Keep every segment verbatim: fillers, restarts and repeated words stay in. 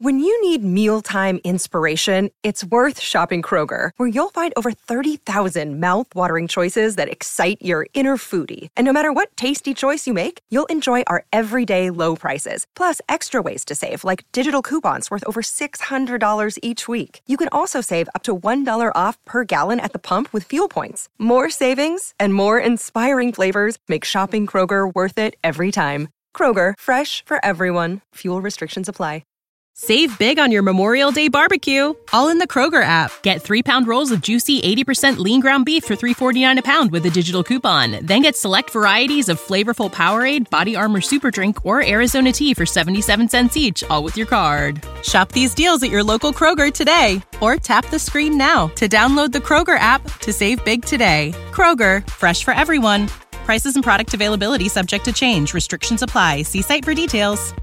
When you need mealtime inspiration, it's worth shopping Kroger, where you'll find over thirty thousand mouth-watering choices that excite your inner foodie. And no matter what tasty choice you make, you'll enjoy our everyday low prices, plus extra ways to save, like digital coupons worth over six hundred dollars each week. You can also save up to one dollar off per gallon at the pump with fuel points. More savings and more inspiring flavors make shopping Kroger worth it every time. Kroger, fresh for everyone. Fuel restrictions apply. Save big on your Memorial Day barbecue, all in the Kroger app. Get three-pound rolls of juicy eighty percent lean ground beef for three dollars and forty-nine cents a pound with a digital coupon. Then get select varieties of flavorful Powerade, Body Armor Super Drink, or Arizona tea for seventy-seven cents each, all with your card. Shop these deals at your local Kroger today, or tap the screen now to download the Kroger app to save big today. Kroger, fresh for everyone. Prices and product availability subject to change. Restrictions apply. See site for details.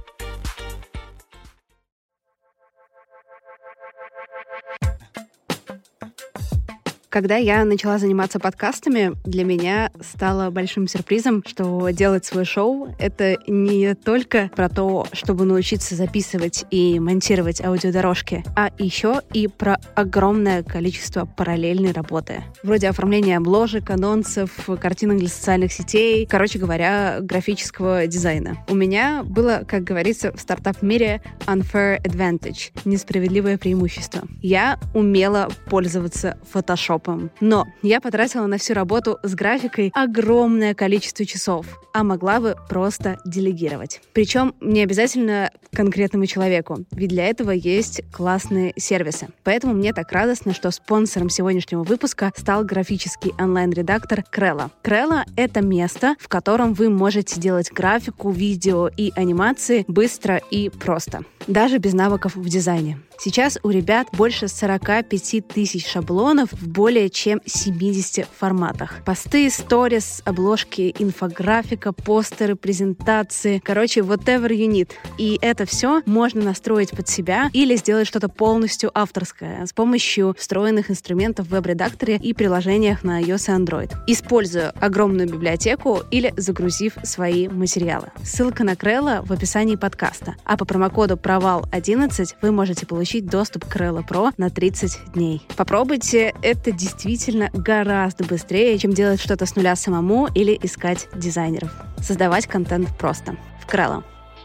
Когда я начала заниматься подкастами, для меня стало большим сюрпризом, что делать свое шоу — это не только про то, чтобы научиться записывать и монтировать аудиодорожки, а еще и про огромное количество параллельной работы. Вроде оформления обложек, анонсов, картинок для социальных сетей, короче говоря, графического дизайна. У меня было, как говорится в стартап-мире, unfair advantage — несправедливое преимущество. Я умела пользоваться фотошопом. Но я потратила на всю работу с графикой огромное количество часов, а могла бы просто делегировать. Причем не обязательно конкретному человеку, ведь для этого есть классные сервисы. Поэтому мне так радостно, что спонсором сегодняшнего выпуска стал графический онлайн-редактор Крелла. Крелла — это место, в котором вы можете делать графику, видео и анимации быстро и просто, даже без навыков в дизайне. Сейчас у ребят больше сорок пять тысяч шаблонов в более чем семидесяти форматах. Посты, сторис, обложки, инфографика, постеры, презентации. Короче, whatever you need. И это все можно настроить под себя или сделать что-то полностью авторское с помощью встроенных инструментов в веб-редакторе и приложениях на iOS и Android, используя огромную библиотеку или загрузив свои материалы. Ссылка на Крелла в описании подкаста. А по промокоду провал одиннадцать вы можете получить доступ к Крелла Pro на тридцать дней. Попробуйте, это действительно гораздо быстрее, чем делать что-то с нуля самому или искать дизайнеров. Создавать контент просто. В Крелла.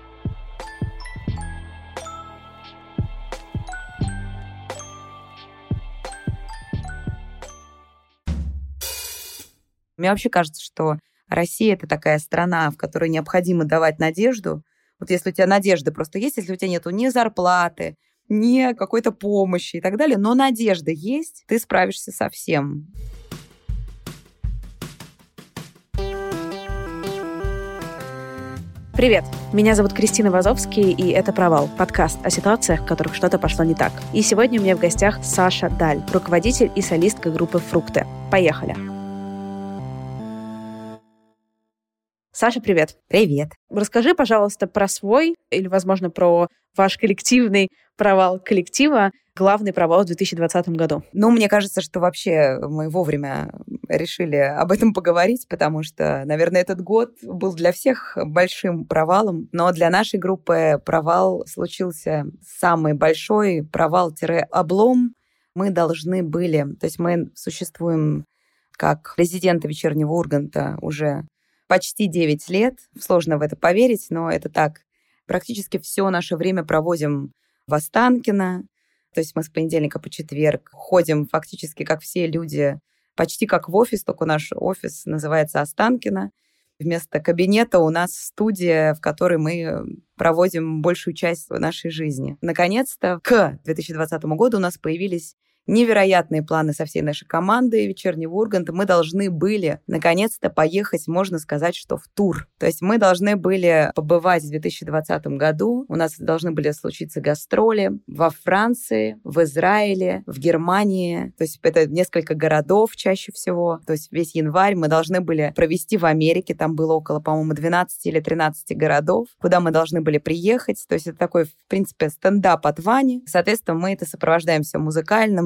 Мне вообще кажется, что Россия — это такая страна, в которой необходимо давать надежду. Вот если у тебя надежда просто есть, если у тебя нету ни зарплаты, ни какой-то помощи и так далее, но надежда есть, ты справишься со всем. Привет! Меня зовут Кристина Вазовский, и это «Провал» — подкаст о ситуациях, в которых что-то пошло не так. И сегодня у меня в гостях Саша Даль, руководитель и солистка группы «Фрукты». Поехали! Саша, привет! Привет! Расскажи, пожалуйста, про свой или, возможно, про ваш коллективный провал коллектива, главный провал в две тысячи двадцатом году. Ну, мне кажется, что вообще мы вовремя решили об этом поговорить, потому что, наверное, этот год был для всех большим провалом, но для нашей группы провал случился самый большой, провал-облом. Мы должны были, то есть мы существуем как резиденты «Вечернего Урганта» уже почти девять лет. Сложно в это поверить, но это так. Практически все наше время проводим в Останкино. То есть мы с понедельника по четверг ходим фактически, как все люди, почти как в офис, только наш офис называется Останкино. Вместо кабинета у нас студия, в которой мы проводим большую часть нашей жизни. Наконец-то к две тысячи двадцатому году у нас появились невероятные планы со всей нашей командой «Вечернего Урганта». Мы должны были, наконец-то, поехать, можно сказать, что в тур. То есть мы должны были побывать в две тысячи двадцатом году. У нас должны были случиться гастроли во Франции, в Израиле, в Германии. То есть это несколько городов чаще всего. То есть весь январь мы должны были провести в Америке. Там было около, по-моему, двенадцати или тринадцати городов, куда мы должны были приехать. То есть это такой, в принципе, стендап от Вани. Соответственно, мы это сопровождаем все музыкально. Мы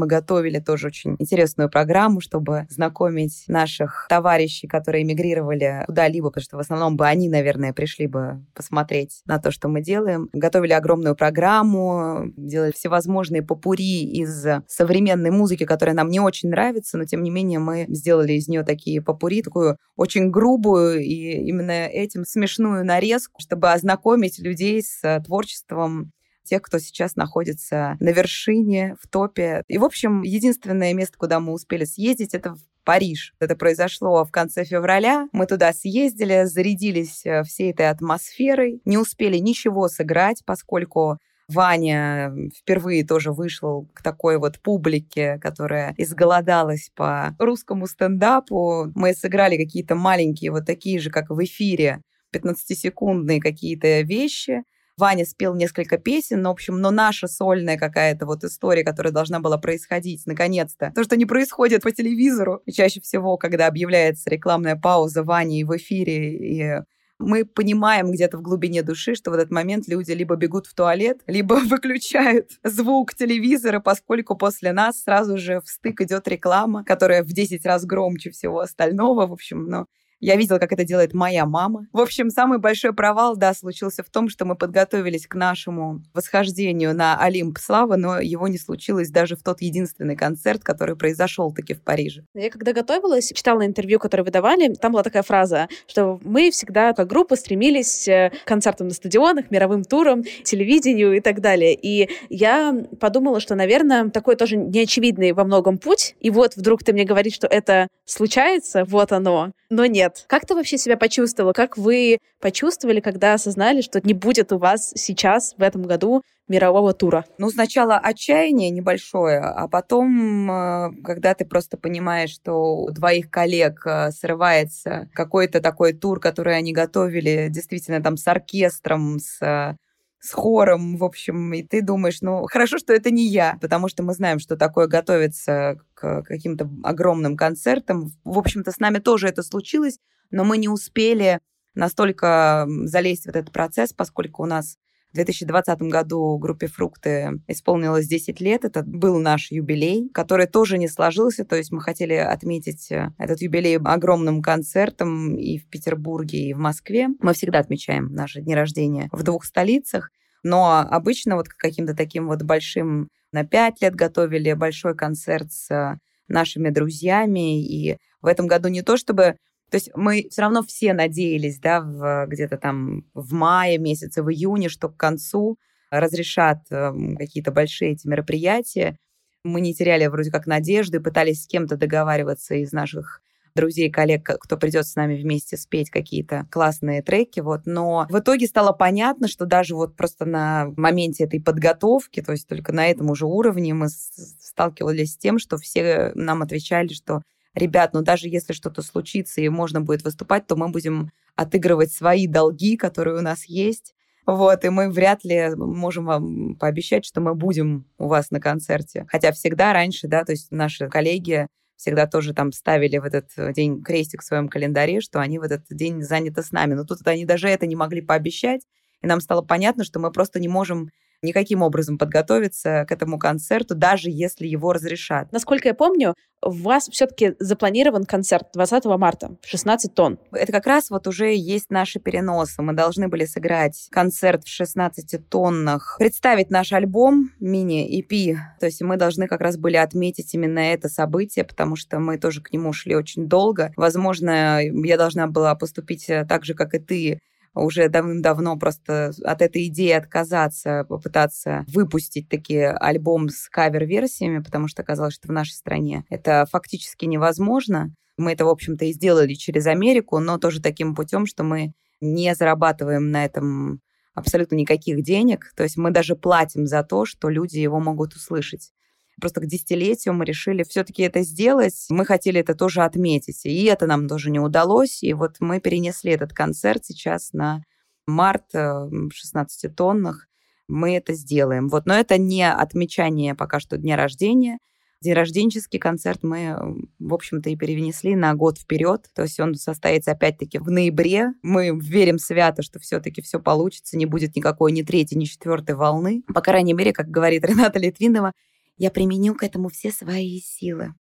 готовили тоже очень интересную программу, чтобы знакомить наших товарищей, которые эмигрировали куда-либо, потому что в основном бы они, наверное, пришли бы посмотреть на то, что мы делаем. Готовили огромную программу, делали всевозможные попурри из современной музыки, которая нам не очень нравится, но тем не менее мы сделали из нее такие попурри, такую очень грубую и именно этим смешную нарезку, чтобы ознакомить людей с творчеством тех, кто сейчас находится на вершине, в топе. И, в общем, единственное место, куда мы успели съездить, это в Париж. Это произошло в конце февраля. Мы туда съездили, зарядились всей этой атмосферой, не успели ничего сыграть, поскольку Ваня впервые тоже вышел к такой вот публике, которая изголодалась по русскому стендапу. Мы сыграли какие-то маленькие, вот такие же, как в эфире, пятнадцатисекундные какие-то вещи. Ваня спел несколько песен, но, в общем, но наша сольная какая-то вот история, которая должна была происходить, наконец-то. То, что не происходит по телевизору. И чаще всего, когда объявляется рекламная пауза Вани в эфире, и мы понимаем где-то в глубине души, что в этот момент люди либо бегут в туалет, либо выключают звук телевизора, поскольку после нас сразу же в стык идет реклама, которая в десять раз громче всего остального. В общем, ну... Я видела, как это делает моя мама. В общем, самый большой провал, да, случился в том, что мы подготовились к нашему восхождению на Олимп славы, но его не случилось даже в тот единственный концерт, который произошел таки в Париже. Я когда готовилась, читала интервью, которое вы давали, там была такая фраза, что мы всегда как группа стремились к концертам на стадионах, мировым турам, телевидению и так далее. И я подумала, что, наверное, такой тоже неочевидный во многом путь. И вот вдруг ты мне говоришь, что это случается, вот оно, но нет. Как ты вообще себя почувствовала? Как вы почувствовали, когда осознали, что не будет у вас сейчас, в этом году, мирового тура? Ну, сначала отчаяние небольшое, а потом, когда ты просто понимаешь, что у двоих коллег срывается какой-то такой тур, который они готовили действительно там с оркестром, с... с хором, в общем, и ты думаешь, ну, хорошо, что это не я, потому что мы знаем, что такое готовиться к каким-то огромным концертам. В общем-то, с нами тоже это случилось, но мы не успели настолько залезть в этот процесс, поскольку у нас в две тысячи двадцатом году группе «Фрукты» исполнилось десять лет. Это был наш юбилей, который тоже не сложился. То есть мы хотели отметить этот юбилей огромным концертом и в Петербурге, и в Москве. Мы всегда отмечаем наши дни рождения в двух столицах. Но обычно вот каким-то таким вот большим на пять лет готовили большой концерт с нашими друзьями. И в этом году не то чтобы... То есть мы все равно все надеялись, да, в, где-то там в мае месяце, в июне, что к концу разрешат какие-то большие эти мероприятия. Мы не теряли вроде как надежды, пытались с кем-то договариваться из наших друзей, коллег, кто придет с нами вместе спеть какие-то классные треки. Вот. Но в итоге стало понятно, что даже вот просто на моменте этой подготовки, то есть только на этом уже уровне мы сталкивались с тем, что все нам отвечали, что ребят, ну даже если что-то случится и можно будет выступать, то мы будем отыгрывать свои долги, которые у нас есть. Вот, и мы вряд ли можем вам пообещать, что мы будем у вас на концерте. Хотя всегда раньше, да, то есть наши коллеги всегда тоже там ставили в этот день крестик в своем календаре, что они в этот день заняты с нами. Но тут они даже это не могли пообещать, и нам стало понятно, что мы просто не можем никаким образом подготовиться к этому концерту, даже если его разрешат. Насколько я помню, у вас все-таки запланирован концерт двадцатого марта, шестнадцать тонн. Это как раз вот уже есть наши переносы. Мы должны были сыграть концерт в шестнадцати тоннах, представить наш альбом мини-и пи. То есть мы должны как раз были отметить именно это событие, потому что мы тоже к нему шли очень долго. Возможно, я должна была поступить так же, как и ты, уже давным-давно просто от этой идеи отказаться, попытаться выпустить такие альбом с кавер-версиями, потому что оказалось, что в нашей стране это фактически невозможно. Мы это, в общем-то, и сделали через Америку, но тоже таким путем, что мы не зарабатываем на этом абсолютно никаких денег. То есть мы даже платим за то, что люди его могут услышать. Просто к десятилетию мы решили все-таки это сделать. Мы хотели это тоже отметить. И это нам тоже не удалось. И вот мы перенесли этот концерт сейчас на март в шестнадцати тоннах. Мы это сделаем. Вот. Но это не отмечание пока что дня рождения. День рожденческий концерт мы, в общем-то, и перенесли на год вперед. То есть он состоится опять-таки в ноябре. Мы верим свято, что все-таки все получится. Не будет никакой ни третьей, ни четвертой волны. По крайней мере, как говорит Рената Литвинова, Я применю к этому все свои силы.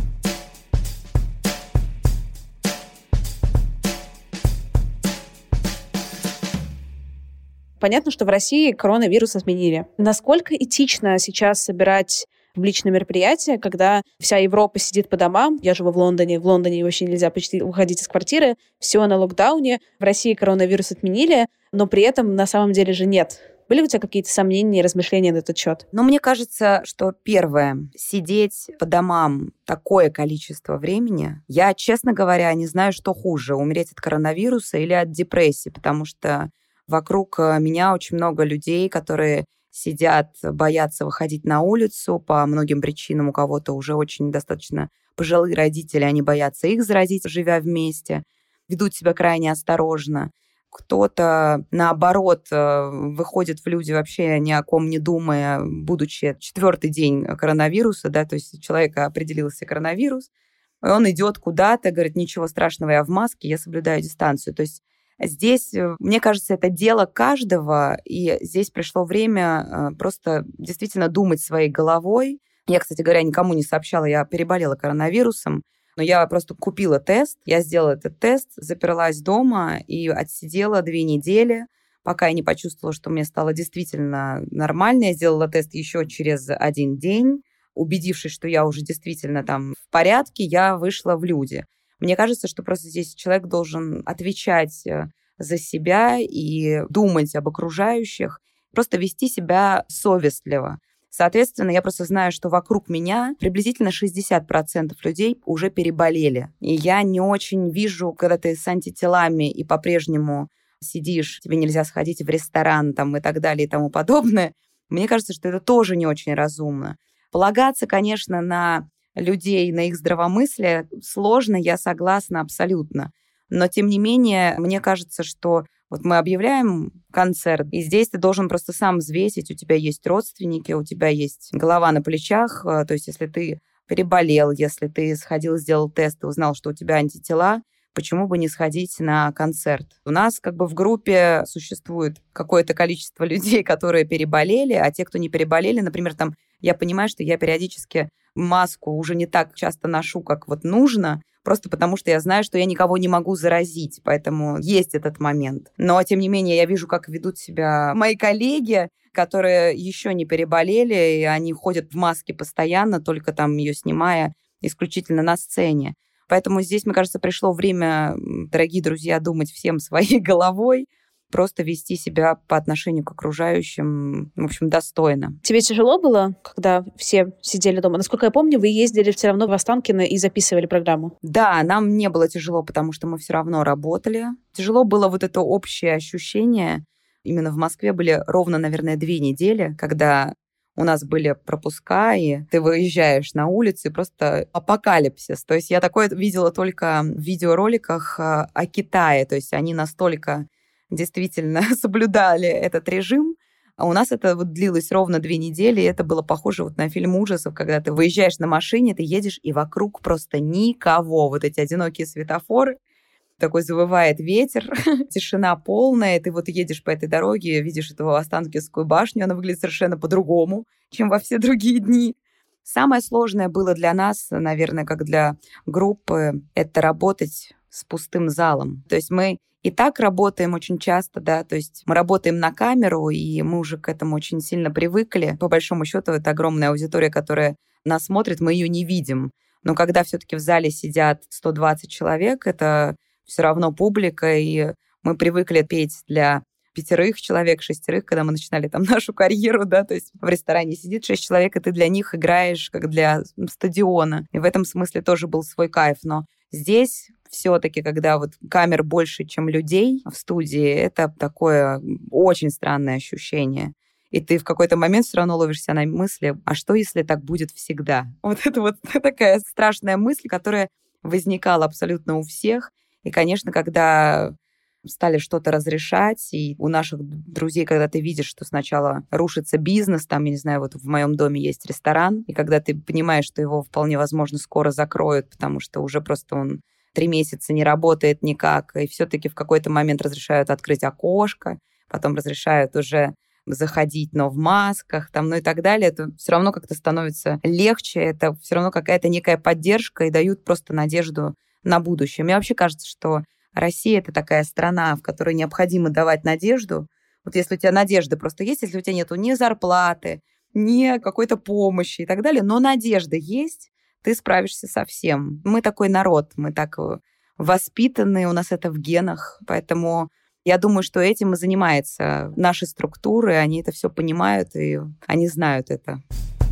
Понятно, что в России коронавирус отменили. Насколько этично сейчас собирать публичные мероприятия, когда вся Европа сидит по домам? Я живу в Лондоне, в Лондоне вообще нельзя почти выходить из квартиры, все на локдауне. В России коронавирус отменили, но при этом на самом деле же нет. Были у тебя какие-то сомнения и размышления на этот счет? Ну, мне кажется, что первое, сидеть по домам такое количество времени, я, честно говоря, не знаю, что хуже, умереть от коронавируса или от депрессии, потому что вокруг меня очень много людей, которые сидят, боятся выходить на улицу по многим причинам. У кого-то уже очень достаточно пожилые родители, они боятся их заразить, живя вместе, ведут себя крайне осторожно. Кто-то, наоборот, выходит в люди вообще ни о ком не думая, будучи четвертый день коронавируса, да, то есть у человека определился коронавирус, и он идет куда-то, говорит, ничего страшного, я в маске, я соблюдаю дистанцию. То есть здесь, мне кажется, это дело каждого, и здесь пришло время просто действительно думать своей головой. Я, кстати говоря, никому не сообщала, я переболела коронавирусом, но я просто купила тест, я сделала этот тест, заперлась дома и отсидела две недели, пока я не почувствовала, что мне стало действительно нормально. Я сделала тест еще через один день. Убедившись, что я уже действительно там в порядке, я вышла в люди. Мне кажется, что просто здесь человек должен отвечать за себя и думать об окружающих, просто вести себя совестливо. Соответственно, я просто знаю, что вокруг меня приблизительно шестьдесят процентов людей уже переболели. И я не очень вижу, когда ты с антителами и по-прежнему сидишь, тебе нельзя сходить в ресторан там, и так далее и тому подобное. Мне кажется, что это тоже не очень разумно. Полагаться, конечно, на людей, на их здравомыслие сложно, я согласна абсолютно. Но, тем не менее, мне кажется, что вот мы объявляем концерт, и здесь ты должен просто сам взвесить, у тебя есть родственники, у тебя есть голова на плечах, то есть если ты переболел, если ты сходил, сделал тест и узнал, что у тебя антитела, почему бы не сходить на концерт? У нас как бы в группе существует какое-то количество людей, которые переболели, а те, кто не переболели, например, там, я понимаю, что я периодически маску уже не так часто ношу, как вот нужно, просто потому что я знаю, что я никого не могу заразить, поэтому есть этот момент. Но, тем не менее, я вижу, как ведут себя мои коллеги, которые еще не переболели, и они ходят в маске постоянно, только там ее снимая исключительно на сцене. Поэтому здесь, мне кажется, пришло время, дорогие друзья, думать всем своей головой, просто вести себя по отношению к окружающим, в общем, достойно. Тебе тяжело было, когда все сидели дома? Насколько я помню, вы ездили все равно в Останкино и записывали программу. Да, нам не было тяжело, потому что мы все равно работали. Тяжело было вот это общее ощущение. Именно в Москве были ровно, наверное, две недели, когда у нас были пропуска, и ты выезжаешь на улицу, и просто апокалипсис. То есть я такое видела только в видеороликах о Китае. То есть они настолько действительно соблюдали этот режим. А у нас это вот длилось ровно две недели, и это было похоже вот на фильм ужасов, когда ты выезжаешь на машине, ты едешь, и вокруг просто никого. Вот эти одинокие светофоры, такой завывает ветер, тишина полная, ты вот едешь по этой дороге, видишь эту Останкинскую башню, она выглядит совершенно по-другому, чем во все другие дни. Самое сложное было для нас, наверное, как для группы, это работать с пустым залом. То есть мы и так работаем очень часто, да, то есть мы работаем на камеру, и мы уже к этому очень сильно привыкли. По большому счету, это огромная аудитория, которая нас смотрит, мы ее не видим. Но когда все-таки в зале сидят сто двадцать человек, это все равно публика, и мы привыкли петь для пятерых человек, шестерых, когда мы начинали там нашу карьеру, да, то есть в ресторане сидит шесть человек, и ты для них играешь как для стадиона. И в этом смысле тоже был свой кайф. Но здесь все-таки, когда вот камер больше, чем людей в студии, это такое очень странное ощущение. И ты в какой-то момент все равно ловишься на мысли, а что, если так будет всегда? Вот это вот такая страшная мысль, которая возникала абсолютно у всех. И, конечно, когда стали что-то разрешать, и у наших друзей, когда ты видишь, что сначала рушится бизнес, там, я не знаю, вот в моем доме есть ресторан, и когда ты понимаешь, что его вполне возможно скоро закроют, потому что уже просто он три месяца не работает никак, и все-таки в какой-то момент разрешают открыть окошко, потом разрешают уже заходить, но в масках, там, ну и так далее, это все равно как-то становится легче, это все равно какая-то некая поддержка и дают просто надежду на будущее. Мне вообще кажется, что Россия — это такая страна, в которой необходимо давать надежду. Вот если у тебя надежда просто есть, если у тебя нету ни зарплаты, ни какой-то помощи и так далее, но надежда есть, ты справишься со всем. Мы такой народ, мы так воспитаны, у нас это в генах, поэтому я думаю, что этим и занимаются наши структуры, они это все понимают, и они знают это.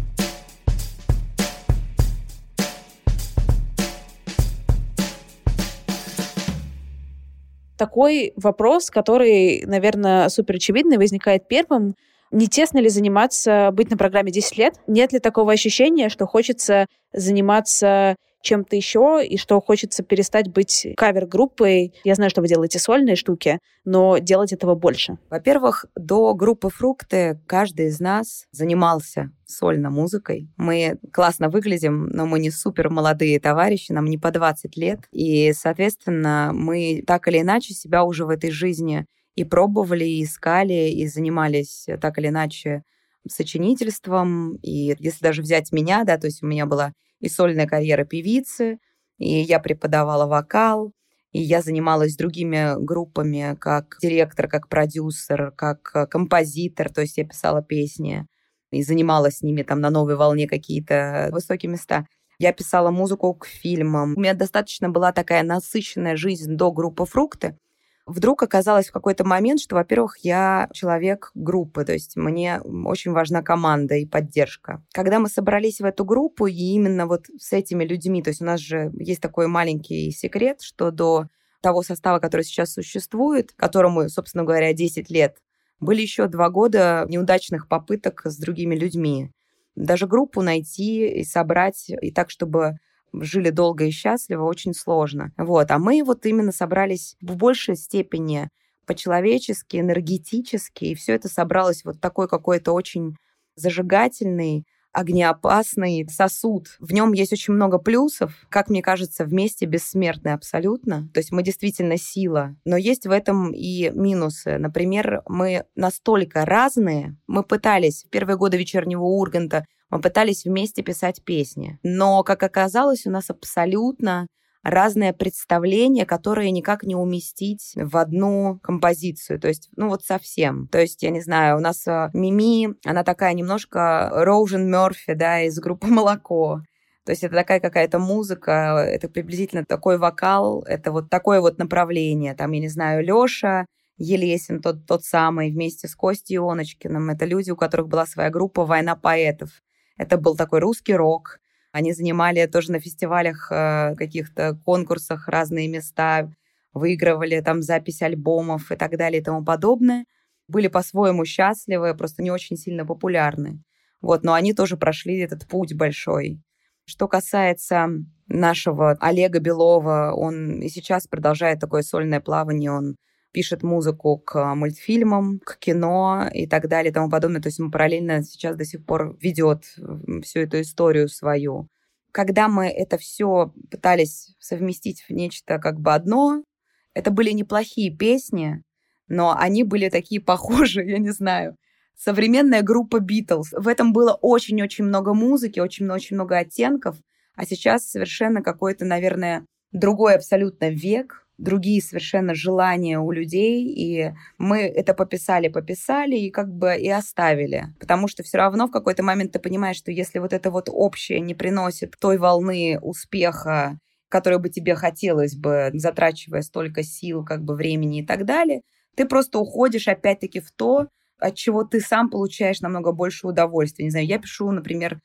Такой вопрос, который, наверное, суперочевидный, возникает первым. Не тесно ли заниматься, быть на программе десять лет? Нет ли такого ощущения, что хочется заниматься чем-то еще, и что хочется перестать быть кавер-группой? Я знаю, что вы делаете сольные штуки, но делать этого больше. Во-первых, до группы «Фрукты» каждый из нас занимался сольно музыкой. Мы классно выглядим, но мы не супер молодые товарищи, нам не по двадцать лет. И, соответственно, мы так или иначе себя уже в этой жизни и пробовали, и искали, и занимались так или иначе сочинительством. И если даже взять меня, да, то есть у меня была и сольная карьера певицы, и я преподавала вокал, и я занималась другими группами как директор, как продюсер, как композитор, то есть я писала песни и занималась с ними там на новой волне какие-то высокие места. Я писала музыку к фильмам. У меня достаточно была такая насыщенная жизнь до группы «Фрукты». Вдруг оказалось в какой-то момент, что, во-первых, я человек группы, то есть мне очень важна команда и поддержка. Когда мы собрались в эту группу, и именно вот с этими людьми, то есть у нас же есть такой маленький секрет, что до того состава, который сейчас существует, которому, собственно говоря, десять лет, были еще два года неудачных попыток с другими людьми. Даже группу найти и собрать, и так, чтобы жили долго и счастливо, очень сложно. Вот. А мы вот именно собрались в большей степени по-человечески, энергетически, и все это собралось вот такой какой-то очень зажигательный, огнеопасный сосуд. В нем есть очень много плюсов, как мне кажется, вместе бессмертны абсолютно. То есть мы действительно сила, но есть в этом и минусы. Например, мы настолько разные, мы пытались в первые годы «Вечернего Урганта», мы пытались вместе писать песни. Но, как оказалось, у нас абсолютно разное представление, которое никак не уместить в одну композицию. То есть, ну вот совсем. То есть, я не знаю, у нас Мими, она такая немножко Роужен Мёрфи, да, из группы «Молоко». То есть это такая какая-то музыка, это приблизительно такой вокал, это вот такое вот направление. Там, я не знаю, Лёша Елесин, тот, тот самый, вместе с Костей Ионочкиным. Это люди, у которых была своя группа «Война поэтов». Это был такой русский рок. Они занимали тоже на фестивалях, каких-то конкурсах разные места, выигрывали там запись альбомов и так далее и тому подобное. Были по-своему счастливы, просто не очень сильно популярны. Вот, но они тоже прошли этот путь большой. Что касается нашего Олега Белова, он и сейчас продолжает такое сольное плавание, он пишет музыку к мультфильмам, к кино и так далее и тому подобное. То есть он параллельно сейчас до сих пор ведет всю эту историю свою. Когда мы это все пытались совместить в нечто как бы одно, это были неплохие песни, но они были такие похожие, я не знаю. Современная группа Битлз. В этом было очень-очень много музыки, очень-очень много оттенков, а сейчас совершенно какой-то, наверное, другой абсолютно век, другие совершенно желания у людей, и мы это пописали, пописали и как бы и оставили. Потому что все равно в какой-то момент ты понимаешь, что если вот это вот общее не приносит той волны успеха, которую бы тебе хотелось бы, затрачивая столько сил, как бы времени и так далее, ты просто уходишь опять-таки в то, от чего ты сам получаешь намного больше удовольствия. Не знаю, я пишу, например,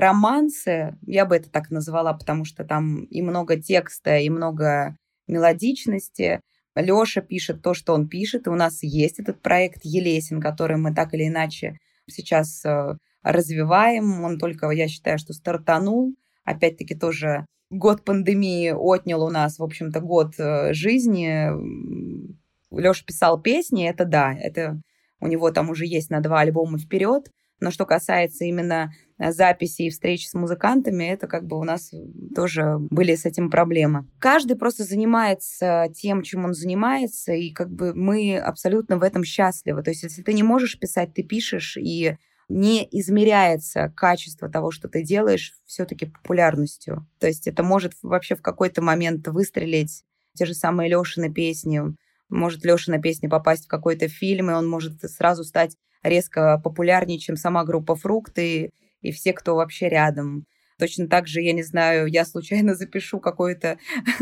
романсы, я бы это так назвала, потому что там и много текста, и много мелодичности. Лёша пишет то, что он пишет, и у нас есть этот проект «Елесин», который мы так или иначе сейчас развиваем. Он только, я считаю, что стартанул. Опять-таки тоже год пандемии отнял у нас, в общем-то, год жизни. Лёша писал песни, это да, это у него там уже есть на два альбома вперед, Но что касается именно записи и встреч с музыкантами, это как бы у нас тоже были с этим проблемы. Каждый просто занимается тем, чем он занимается, и как бы мы абсолютно в этом счастливы. То есть если ты не можешь писать, ты пишешь, и не измеряется качество того, что ты делаешь, все-таки популярностью. То есть это может вообще в какой-то момент выстрелить. Те же самые Лёшины песни. Может Лёшина песня попасть в какой-то фильм, и он может сразу стать резко популярнее, чем сама группа «Фрукты» и все, кто вообще рядом. Точно так же, я не знаю, я случайно запишу какой-то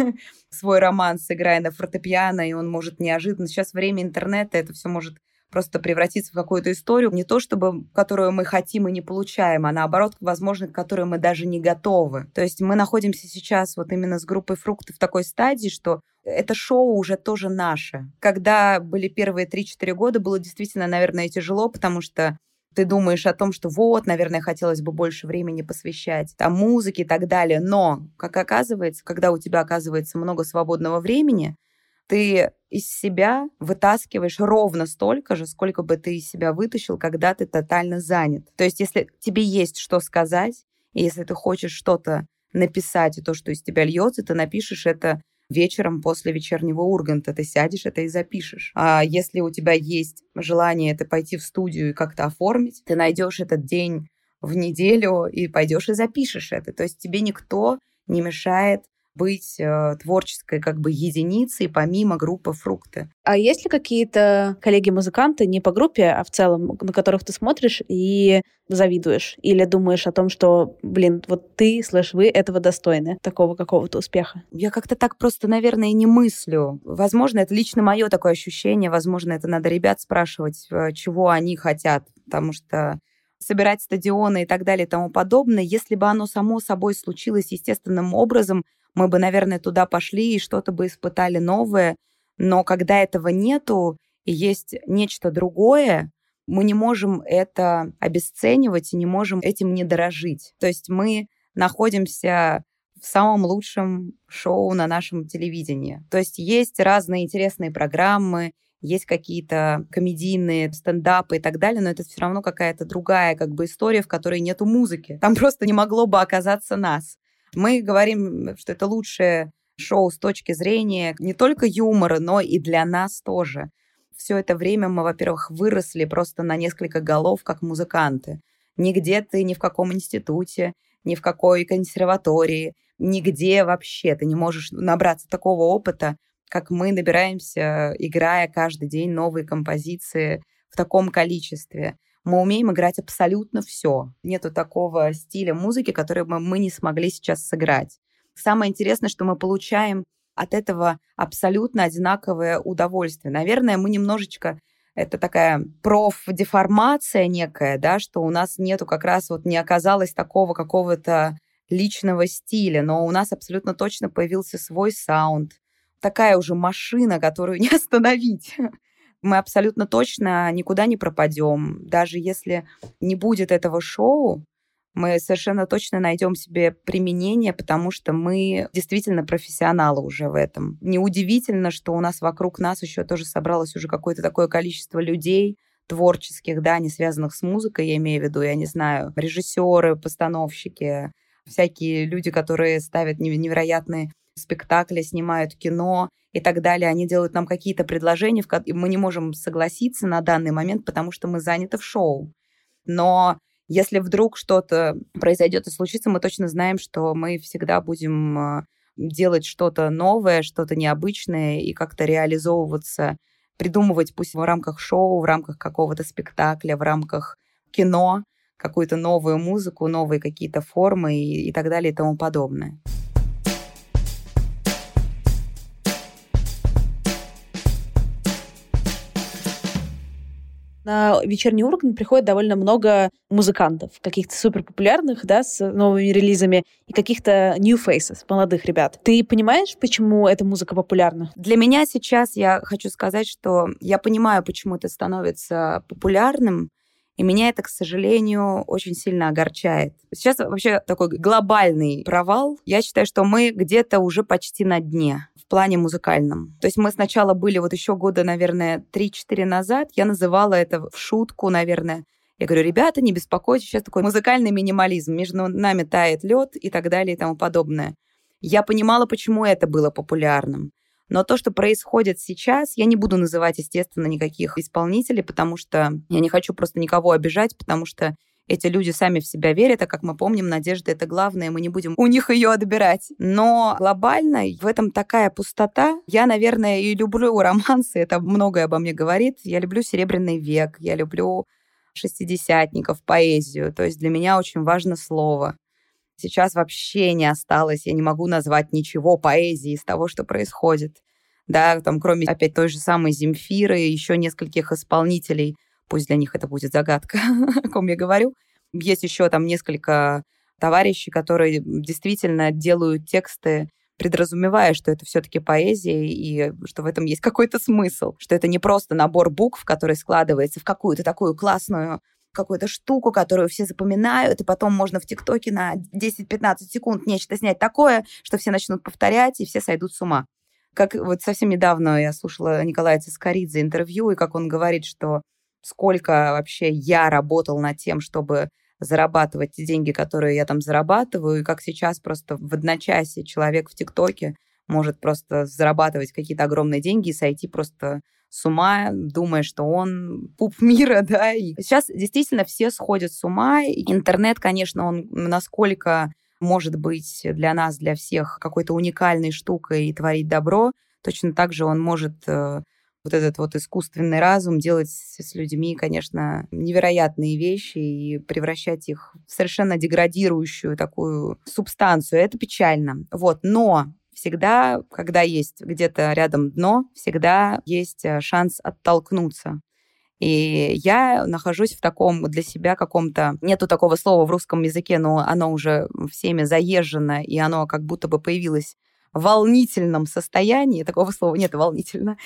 свой романс, играя на фортепиано, и он может неожиданно... Сейчас время интернета, это все может просто превратиться в какую-то историю, не то чтобы, которую мы хотим и не получаем, а наоборот, возможно, к которой мы даже не готовы. То есть мы находимся сейчас вот именно с группой «Фрукты» в такой стадии, что это шоу уже тоже наше. Когда были первые три-четыре года, было действительно, наверное, тяжело, потому что ты думаешь о том, что вот, наверное, хотелось бы больше времени посвящать там музыке и так далее. Но, как оказывается, когда у тебя оказывается много свободного времени, ты из себя вытаскиваешь ровно столько же, сколько бы ты из себя вытащил, когда ты тотально занят. То есть если тебе есть что сказать, и если ты хочешь что-то написать, и то, что из тебя льется, ты напишешь это вечером после вечернего Урганта. Ты сядешь это и запишешь. А если у тебя есть желание это пойти в студию и как-то оформить, ты найдешь этот день в неделю и пойдешь и запишешь это. То есть тебе никто не мешает быть э, творческой как бы единицей помимо группы «Фрукты». А есть ли какие-то коллеги-музыканты, не по группе, а в целом, на которых ты смотришь и завидуешь? Или думаешь о том, что, блин, вот ты, слэш, вы этого достойны, такого какого-то успеха? Я как-то так просто, наверное, не мыслю. Возможно, это лично мое такое ощущение, возможно, это надо ребят спрашивать, чего они хотят, потому что собирать стадионы и так далее и тому подобное, если бы оно само собой случилось естественным образом, мы бы, наверное, туда пошли и что-то бы испытали новое. Но когда этого нету и есть нечто другое, мы не можем это обесценивать и не можем этим не дорожить. То есть мы находимся в самом лучшем шоу на нашем телевидении. То есть есть разные интересные программы, есть какие-то комедийные стендапы и так далее, но это все равно какая-то другая как бы история, в которой нету музыки. Там просто не могло бы оказаться нас. Мы говорим, что это лучшее шоу с точки зрения не только юмора, но и для нас тоже. Все это время мы, во-первых, выросли просто на несколько голов как музыканты. Нигде ты, ни в каком институте, ни в какой консерватории, нигде вообще ты не можешь набраться такого опыта, как мы набираемся, играя каждый день новые композиции в таком количестве. Мы умеем играть абсолютно все. Нету такого стиля музыки, который мы, мы не смогли сейчас сыграть. Самое интересное, что мы получаем от этого абсолютно одинаковое удовольствие. Наверное, мы немножечко... Это такая профдеформация некая, да, что у нас нету как раз вот не оказалось такого какого-то личного стиля, но у нас абсолютно точно появился свой саунд. Такая уже машина, которую не остановить. Мы абсолютно точно никуда не пропадем. Даже если не будет этого шоу, мы совершенно точно найдем себе применение, потому что мы действительно профессионалы уже в этом. Неудивительно, что у нас вокруг нас еще тоже собралось уже какое-то такое количество людей творческих, да, не связанных с музыкой, я имею в виду, я не знаю, режиссеры, постановщики, всякие люди, которые ставят невероятные спектакли, снимают кино и так далее. Они делают нам какие-то предложения, и мы не можем согласиться на данный момент, потому что мы заняты в шоу. Но если вдруг что-то произойдет и случится, мы точно знаем, что мы всегда будем делать что-то новое, что-то необычное и как-то реализовываться, придумывать пусть в рамках шоу, в рамках какого-то спектакля, в рамках кино, какую-то новую музыку, новые какие-то формы и, и так далее и тому подобное. На вечерний Ургант приходит довольно много музыкантов, каких-то суперпопулярных, да, с новыми релизами, и каких-то new faces, молодых ребят. Ты понимаешь, почему эта музыка популярна? Для меня сейчас я хочу сказать, что я понимаю, почему это становится популярным, и меня это, к сожалению, очень сильно огорчает. Сейчас вообще такой глобальный провал. Я считаю, что мы где-то уже почти на дне в плане музыкальном. То есть мы сначала были вот еще года, наверное, три-четыре назад. Я называла это в шутку, наверное, Я говорю, ребята, не беспокойтесь, сейчас такой музыкальный минимализм, между нами тает лед и так далее и тому подобное. Я понимала, почему это было популярным. Но то, что происходит сейчас, я не буду называть, естественно, никаких исполнителей, потому что я не хочу просто никого обижать, потому что эти люди сами в себя верят, а как мы помним, надежда — это главное, мы не будем у них ее отбирать. Но глобально в этом такая пустота. Я, наверное, и люблю романсы, это многое обо мне говорит. Я люблю «Серебряный век», я люблю шестидесятников, поэзию. То есть для меня очень важно слово. Сейчас вообще не осталось, я не могу назвать ничего поэзии из того, что происходит. Да, там, кроме, опять, той же самой Земфиры, еще нескольких исполнителей, пусть для них это будет загадка, о ком я говорю. Есть еще там несколько товарищей, которые действительно делают тексты, предразумевая, что это все-таки поэзия, и что в этом есть какой-то смысл, что это не просто набор букв, который складывается в какую-то такую классную какую-то штуку, которую все запоминают, и потом можно в ТикТоке на десять-пятнадцать секунд нечто снять такое, что все начнут повторять, и все сойдут с ума. Как вот совсем недавно я слушала Николая Цискоридзе интервью, и как он говорит, что сколько вообще я работал над тем, чтобы зарабатывать те деньги, которые я там зарабатываю, и как сейчас просто в одночасье человек в ТикТоке может просто зарабатывать какие-то огромные деньги и сойти просто с ума, думая, что он пуп мира, да. И сейчас действительно все сходят с ума. Интернет, конечно, он насколько может быть для нас, для всех какой-то уникальной штукой и творить добро, точно так же он может э, вот этот вот искусственный разум делать с людьми, конечно, невероятные вещи и превращать их в совершенно деградирующую такую субстанцию. Это печально. Вот. Но всегда, когда есть где-то рядом дно, всегда есть шанс оттолкнуться. И я нахожусь в таком для себя каком-то... Нету такого слова в русском языке, но оно уже всеми заезжено, и оно как будто бы появилось в волнительном состоянии. Такого слова нет, волнительно.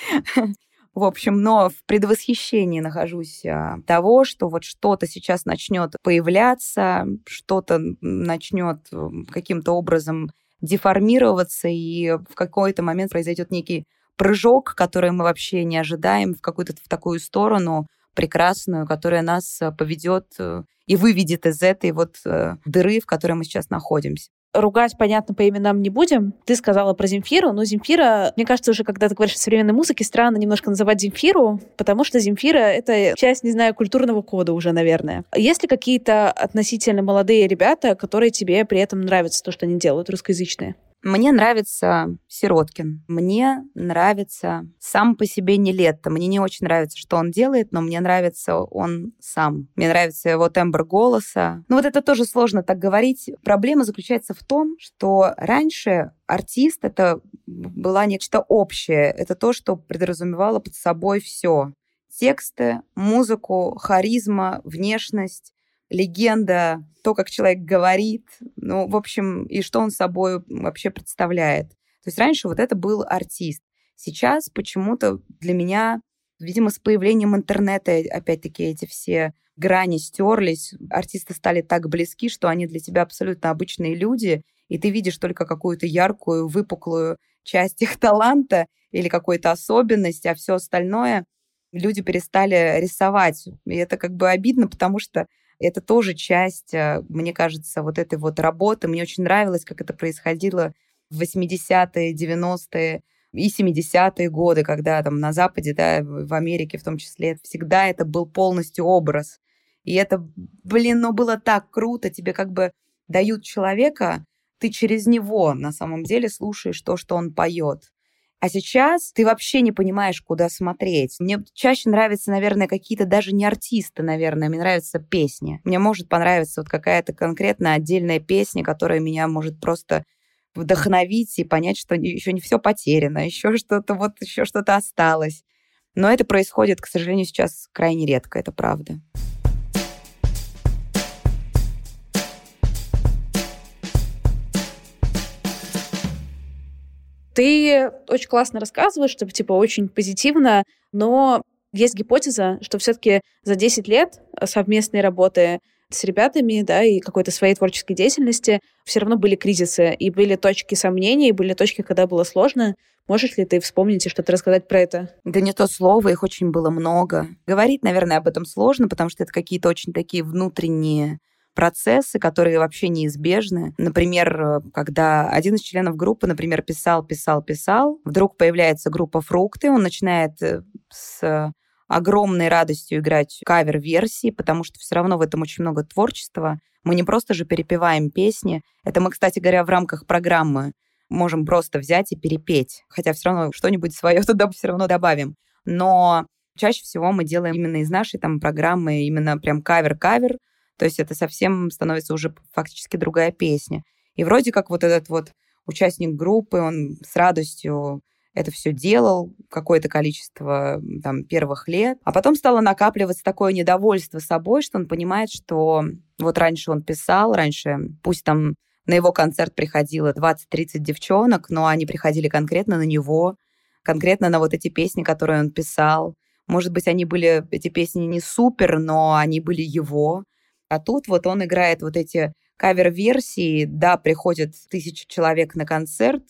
В общем, но в предвосхищении нахожусь того, что вот что-то сейчас начнет появляться, что-то начнет каким-то образом деформироваться, и в какой-то момент произойдет некий прыжок, который мы вообще не ожидаем, в какую-то в такую сторону прекрасную, которая нас поведет и выведет из этой вот дыры, в которой мы сейчас находимся. Ругать, понятно, по именам не будем. Ты сказала про Земфиру, но Земфира, мне кажется, уже когда ты говоришь о современной музыке, странно немножко называть Земфиру, потому что Земфира — это часть, не знаю, культурного кода уже, наверное. Есть ли какие-то относительно молодые ребята, которые тебе при этом нравятся, то, что они делают, русскоязычные? Мне нравится Сироткин. Мне нравится сам по себе Нилетто. Мне не очень нравится, что он делает, но мне нравится он сам. Мне нравится его тембр голоса. Ну вот это тоже сложно так говорить. Проблема заключается в том, что раньше артист — это было нечто общее. Это то, что подразумевало под собой все. Тексты, музыку, харизма, внешность, легенда, то, как человек говорит, ну, в общем, и что он собой вообще представляет. То есть раньше вот это был артист. Сейчас почему-то для меня, видимо, с появлением интернета, опять-таки, эти все грани стерлись, артисты стали так близки, что они для тебя абсолютно обычные люди, и ты видишь только какую-то яркую, выпуклую часть их таланта или какую-то особенность, а все остальное люди перестали рисовать. И это как бы обидно, потому что это тоже часть, мне кажется, вот этой вот работы. Мне очень нравилось, как это происходило в восьмидесятые, девяностые и семидесятые годы, когда там на Западе, да, в Америке в том числе, всегда это был полностью образ. И это, блин, ну было так круто. Тебе как бы дают человека, ты через него на самом деле слушаешь то, что он поет. А сейчас ты вообще не понимаешь, куда смотреть. Мне чаще нравятся, наверное, какие-то даже не артисты, наверное, мне нравятся песни. Мне может понравиться вот какая-то конкретно отдельная песня, которая меня может просто вдохновить и понять, что еще не все потеряно, еще что-то вот еще что-то осталось. Но это происходит, к сожалению, сейчас крайне редко, это правда. Ты очень классно рассказываешь, что типа очень позитивно, но есть гипотеза, что все-таки за десять лет совместной работы с ребятами, да, и какой-то своей творческой деятельности, все равно были кризисы, и были точки сомнений, и были точки, когда было сложно. Можешь ли ты вспомнить и что-то рассказать про это? Да не то слово, их очень было много. Говорить, наверное, об этом сложно, потому что это какие-то очень такие внутренние процессы, которые вообще неизбежны. Например, когда один из членов группы, например, писал, писал, писал, вдруг появляется группа «Фрукты», он начинает с огромной радостью играть кавер-версии, потому что все равно в этом очень много творчества. Мы не просто же перепеваем песни. Это мы, кстати говоря, в рамках программы можем просто взять и перепеть. Хотя все равно что-нибудь свое туда все равно добавим. Но чаще всего мы делаем именно из нашей там программы именно прям кавер-кавер. То есть это совсем становится уже фактически другая песня. И вроде как вот этот вот участник группы, он с радостью это все делал какое-то количество там, первых лет. А потом стало накапливаться такое недовольство собой, что он понимает, что вот раньше он писал, раньше пусть там на его концерт приходило двадцать-тридцать девчонок, но они приходили конкретно на него, конкретно на вот эти песни, которые он писал. Может быть, они были, эти песни не супер, но они были его. А тут вот он играет вот эти кавер-версии, да, приходит тысяча человек на концерт,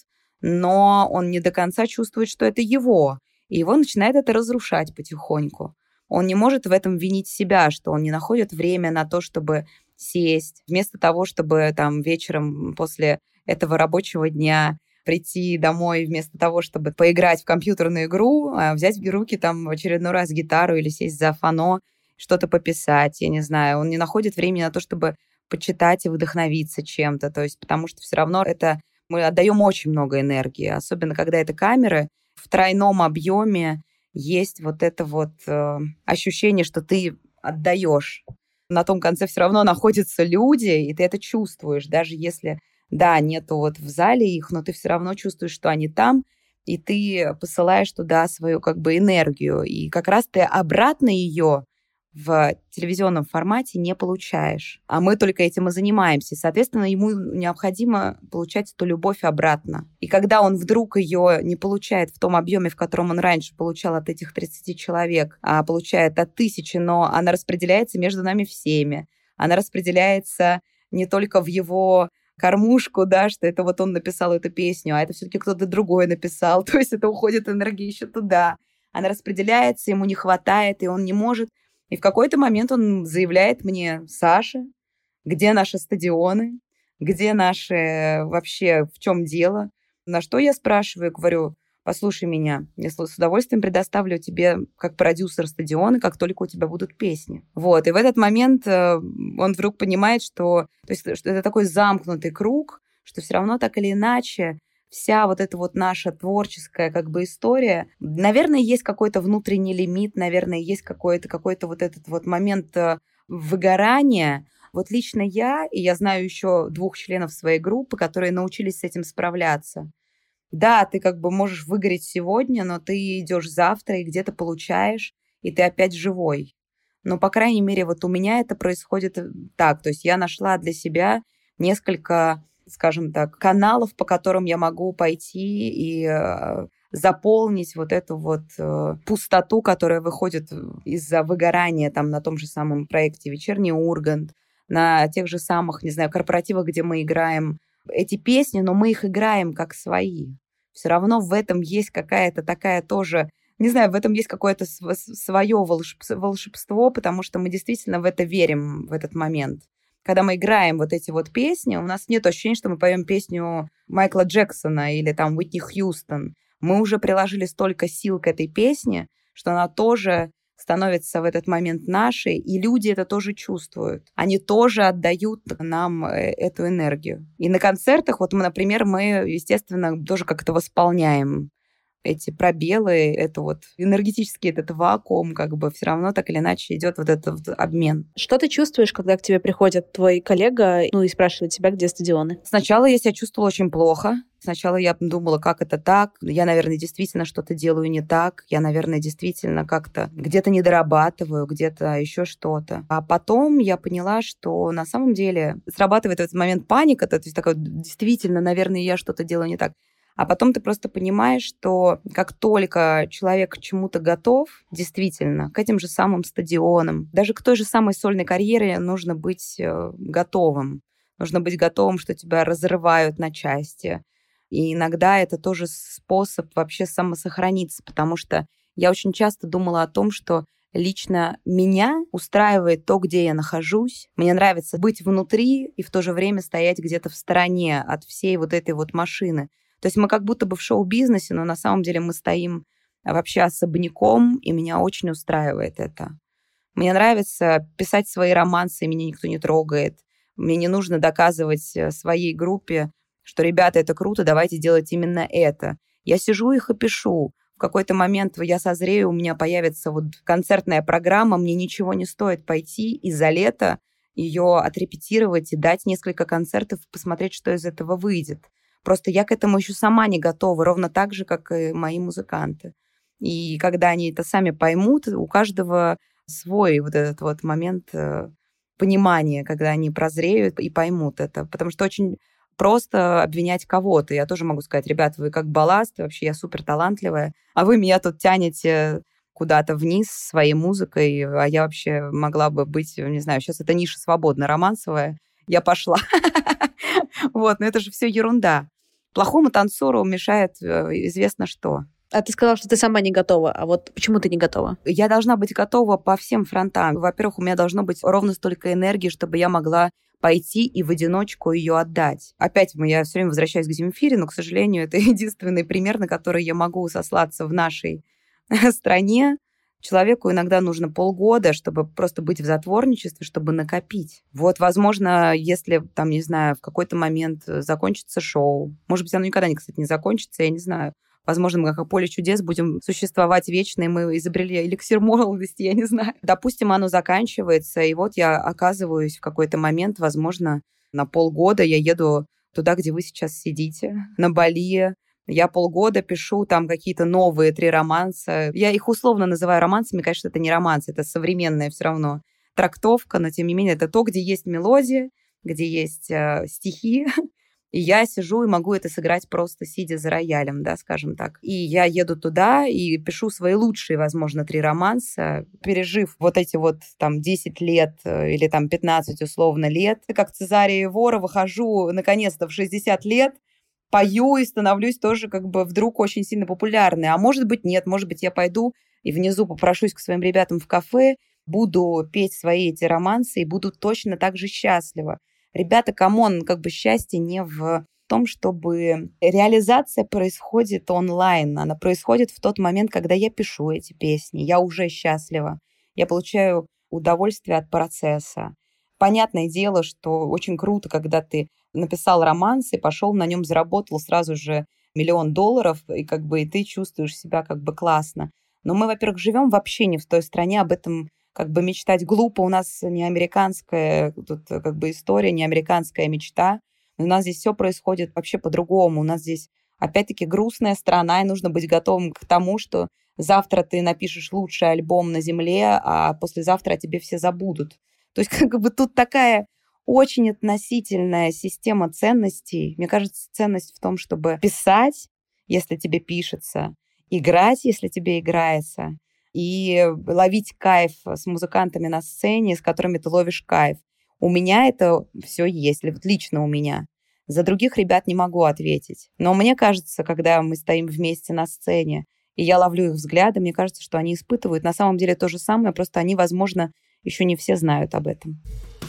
но он не до конца чувствует, что это его, и его начинает это разрушать потихоньку. Он не может в этом винить себя, что он не находит время на то, чтобы сесть, вместо того, чтобы там вечером после этого рабочего дня прийти домой, вместо того, чтобы поиграть в компьютерную игру, взять в руки там в очередной раз гитару или сесть за фано, что-то пописать, я не знаю. Он не находит времени на то, чтобы почитать и вдохновиться чем-то, то есть потому что все равно это мы отдаем очень много энергии, особенно когда это камеры. В тройном объеме есть вот это вот э, ощущение, что ты отдаешь. На том конце все равно находятся люди, и ты это чувствуешь, даже если, да, нету вот в зале их, но ты все равно чувствуешь, что они там, и ты посылаешь туда свою как бы энергию, и как раз ты обратно ее в телевизионном формате не получаешь. А мы только этим и занимаемся. Соответственно, ему необходимо получать эту любовь обратно. И когда он вдруг ее не получает в том объеме, в котором он раньше получал от этих тридцати человек, а получает от тысячи, но она распределяется между нами всеми. Она распределяется не только в его кормушку, да, что это вот он написал эту песню, а это все-таки кто-то другой написал. То есть это уходит энергия еще туда. Она распределяется, ему не хватает, и он не может. И в какой-то момент он заявляет мне: Саша, где наши стадионы, где наши вообще, в чем дело? На что я спрашиваю, говорю: послушай меня, я с удовольствием предоставлю тебе как продюсер стадионы, как только у тебя будут песни. Вот, и в этот момент он вдруг понимает, что, то есть, что это такой замкнутый круг, что все равно так или иначе вся вот эта вот наша творческая как бы история, наверное, есть какой-то внутренний лимит, наверное, есть какой-то, какой-то вот этот вот момент выгорания. Вот лично я, и я знаю еще двух членов своей группы, которые научились с этим справляться. Да, ты как бы можешь выгореть сегодня, но ты идешь завтра и где-то получаешь, и ты опять живой. Но, по крайней мере, вот у меня это происходит так. То есть я нашла для себя несколько, скажем так, каналов, по которым я могу пойти и э, заполнить вот эту вот э, пустоту, которая выходит из-за выгорания там на том же самом проекте «Вечерний Ургант», на тех же самых, не знаю, корпоративах, где мы играем эти песни, но мы их играем как свои. Все равно в этом есть какая-то такая тоже, не знаю, в этом есть какое-то свое волшебство, потому что мы действительно в это верим в этот момент. Когда мы играем вот эти вот песни, у нас нет ощущения, что мы поем песню Майкла Джексона или там Уитни Хьюстон. Мы уже приложили столько сил к этой песне, что она тоже становится в этот момент нашей, и люди это тоже чувствуют. Они тоже отдают нам эту энергию. И на концертах, вот мы, например, мы, естественно, тоже как-то восполняем эти пробелы, это вот энергетический этот вакуум, как бы все равно так или иначе идет вот этот вот обмен. Что ты чувствуешь, когда к тебе приходит твой коллега, ну и спрашивает тебя, где стадионы? Сначала я себя чувствовала очень плохо. Сначала я думала, как это так? Я, наверное, действительно что-то делаю не так. Я, наверное, действительно как-то где-то не дорабатываю, где-то еще что-то. А потом я поняла, что на самом деле срабатывает в этот момент паника, то есть такая, действительно, наверное, я что-то делаю не так. А потом ты просто понимаешь, что как только человек к чему-то готов, действительно, к этим же самым стадионам, даже к той же самой сольной карьере нужно быть готовым. Нужно быть готовым, что тебя разрывают на части. И иногда это тоже способ вообще самосохраниться, потому что я очень часто думала о том, что лично меня устраивает то, где я нахожусь. Мне нравится быть внутри и в то же время стоять где-то в стороне от всей вот этой вот машины. То есть мы как будто бы в шоу-бизнесе, но на самом деле мы стоим вообще особняком, и меня очень устраивает это. Мне нравится писать свои романсы, и меня никто не трогает. Мне не нужно доказывать своей группе, что, ребята, это круто, давайте делать именно это. Я сижу их и пишу. В какой-то момент я созрею, у меня появится вот концертная программа, мне ничего не стоит пойти и за лето ее отрепетировать и дать несколько концертов, посмотреть, что из этого выйдет. Просто я к этому еще сама не готова, ровно так же, как и мои музыканты. И когда они это сами поймут, у каждого свой вот этот вот момент понимания, когда они прозреют и поймут это. Потому что очень просто обвинять кого-то. Я тоже могу сказать, ребят, вы как балласт, вообще я супер талантливая, а вы меня тут тянете куда-то вниз своей музыкой, а я вообще могла бы быть, не знаю, сейчас эта ниша свободна, романсовая, я пошла. Вот, но это же все ерунда. Плохому танцору мешает известно что. А ты сказала, что ты сама не готова. А вот почему ты не готова? Я должна быть готова по всем фронтам. Во-первых, у меня должно быть ровно столько энергии, чтобы я могла пойти и в одиночку ее отдать. Опять я все время возвращаюсь к Земфире, но, к сожалению, это единственный пример, на который я могу сослаться в нашей стране. Человеку иногда нужно полгода, чтобы просто быть в затворничестве, чтобы накопить. Вот, возможно, если, там, не знаю, в какой-то момент закончится шоу, может быть, оно никогда, кстати, не закончится, я не знаю. Возможно, мы как поле чудес будем существовать вечно, и мы изобрели эликсир молодости, я не знаю. Допустим, оно заканчивается, и вот я оказываюсь в какой-то момент, возможно, на полгода я еду туда, где вы сейчас сидите, на Бали. Я полгода пишу там какие-то новые три романса. Я их условно называю романсами, конечно, это не романс, это современная все равно трактовка, но тем не менее это то, где есть мелодия, где есть э, стихи. И я сижу и могу это сыграть просто сидя за роялем, да, скажем так. И я еду туда и пишу свои лучшие, возможно, три романса, пережив вот эти вот там десять лет или там пятнадцать условно лет. Как Цезария Евора выхожу наконец-то в шестьдесят лет, пою и становлюсь тоже как бы вдруг очень сильно популярной. А может быть, нет, может быть, я пойду и внизу попрошусь к своим ребятам в кафе, буду петь свои эти романсы и буду точно так же счастлива. Ребята, камон, как бы счастье не в том, чтобы реализация происходит онлайн. Она происходит в тот момент, когда я пишу эти песни. Я уже счастлива. Я получаю удовольствие от процесса. Понятное дело, что очень круто, когда ты написал романс и пошел на нем, заработал сразу же миллион долларов, и как бы и ты чувствуешь себя как бы классно. Но мы, во-первых, живем вообще не в той стране, об этом как бы мечтать глупо. У нас не американская тут как бы история, не американская мечта. У нас здесь все происходит вообще по-другому. У нас здесь, опять-таки, грустная страна, и нужно быть готовым к тому, что завтра ты напишешь лучший альбом на земле, а послезавтра о тебе все забудут. То есть как бы тут такая очень относительная система ценностей. Мне кажется, ценность в том, чтобы писать, если тебе пишется, играть, если тебе играется, и ловить кайф с музыкантами на сцене, с которыми ты ловишь кайф. У меня это все есть, вот лично у меня. За других ребят не могу ответить. Но мне кажется, когда мы стоим вместе на сцене, и я ловлю их взгляды, мне кажется, что они испытывают на самом деле то же самое, просто они, возможно, еще не все знают об этом.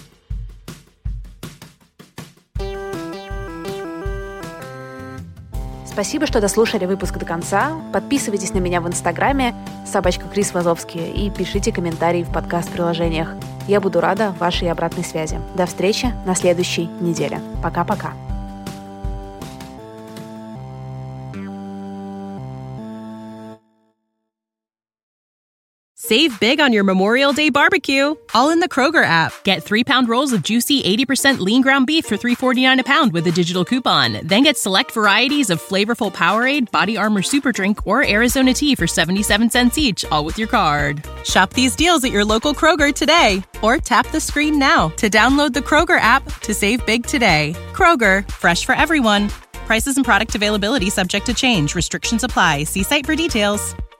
Спасибо, что дослушали выпуск до конца. Подписывайтесь на меня в Инстаграме собачка Крис Вазовский и пишите комментарии в подкаст-приложениях. Я буду рада вашей обратной связи. До встречи на следующей неделе. Пока-пока. Save big on your Memorial Day barbecue, all in the Kroger app. Get three-pound rolls of juicy eighty percent lean ground beef for three forty-nine a pound with a digital coupon. Then get select varieties of flavorful Powerade, Body Armor Super Drink, or Arizona tea for seventy-seven cents each, all with your card. Shop these deals at your local Kroger today, or tap the screen now to download the Kroger app to save big today. Kroger, fresh for everyone. Prices and product availability subject to change. Restrictions apply. See site for details.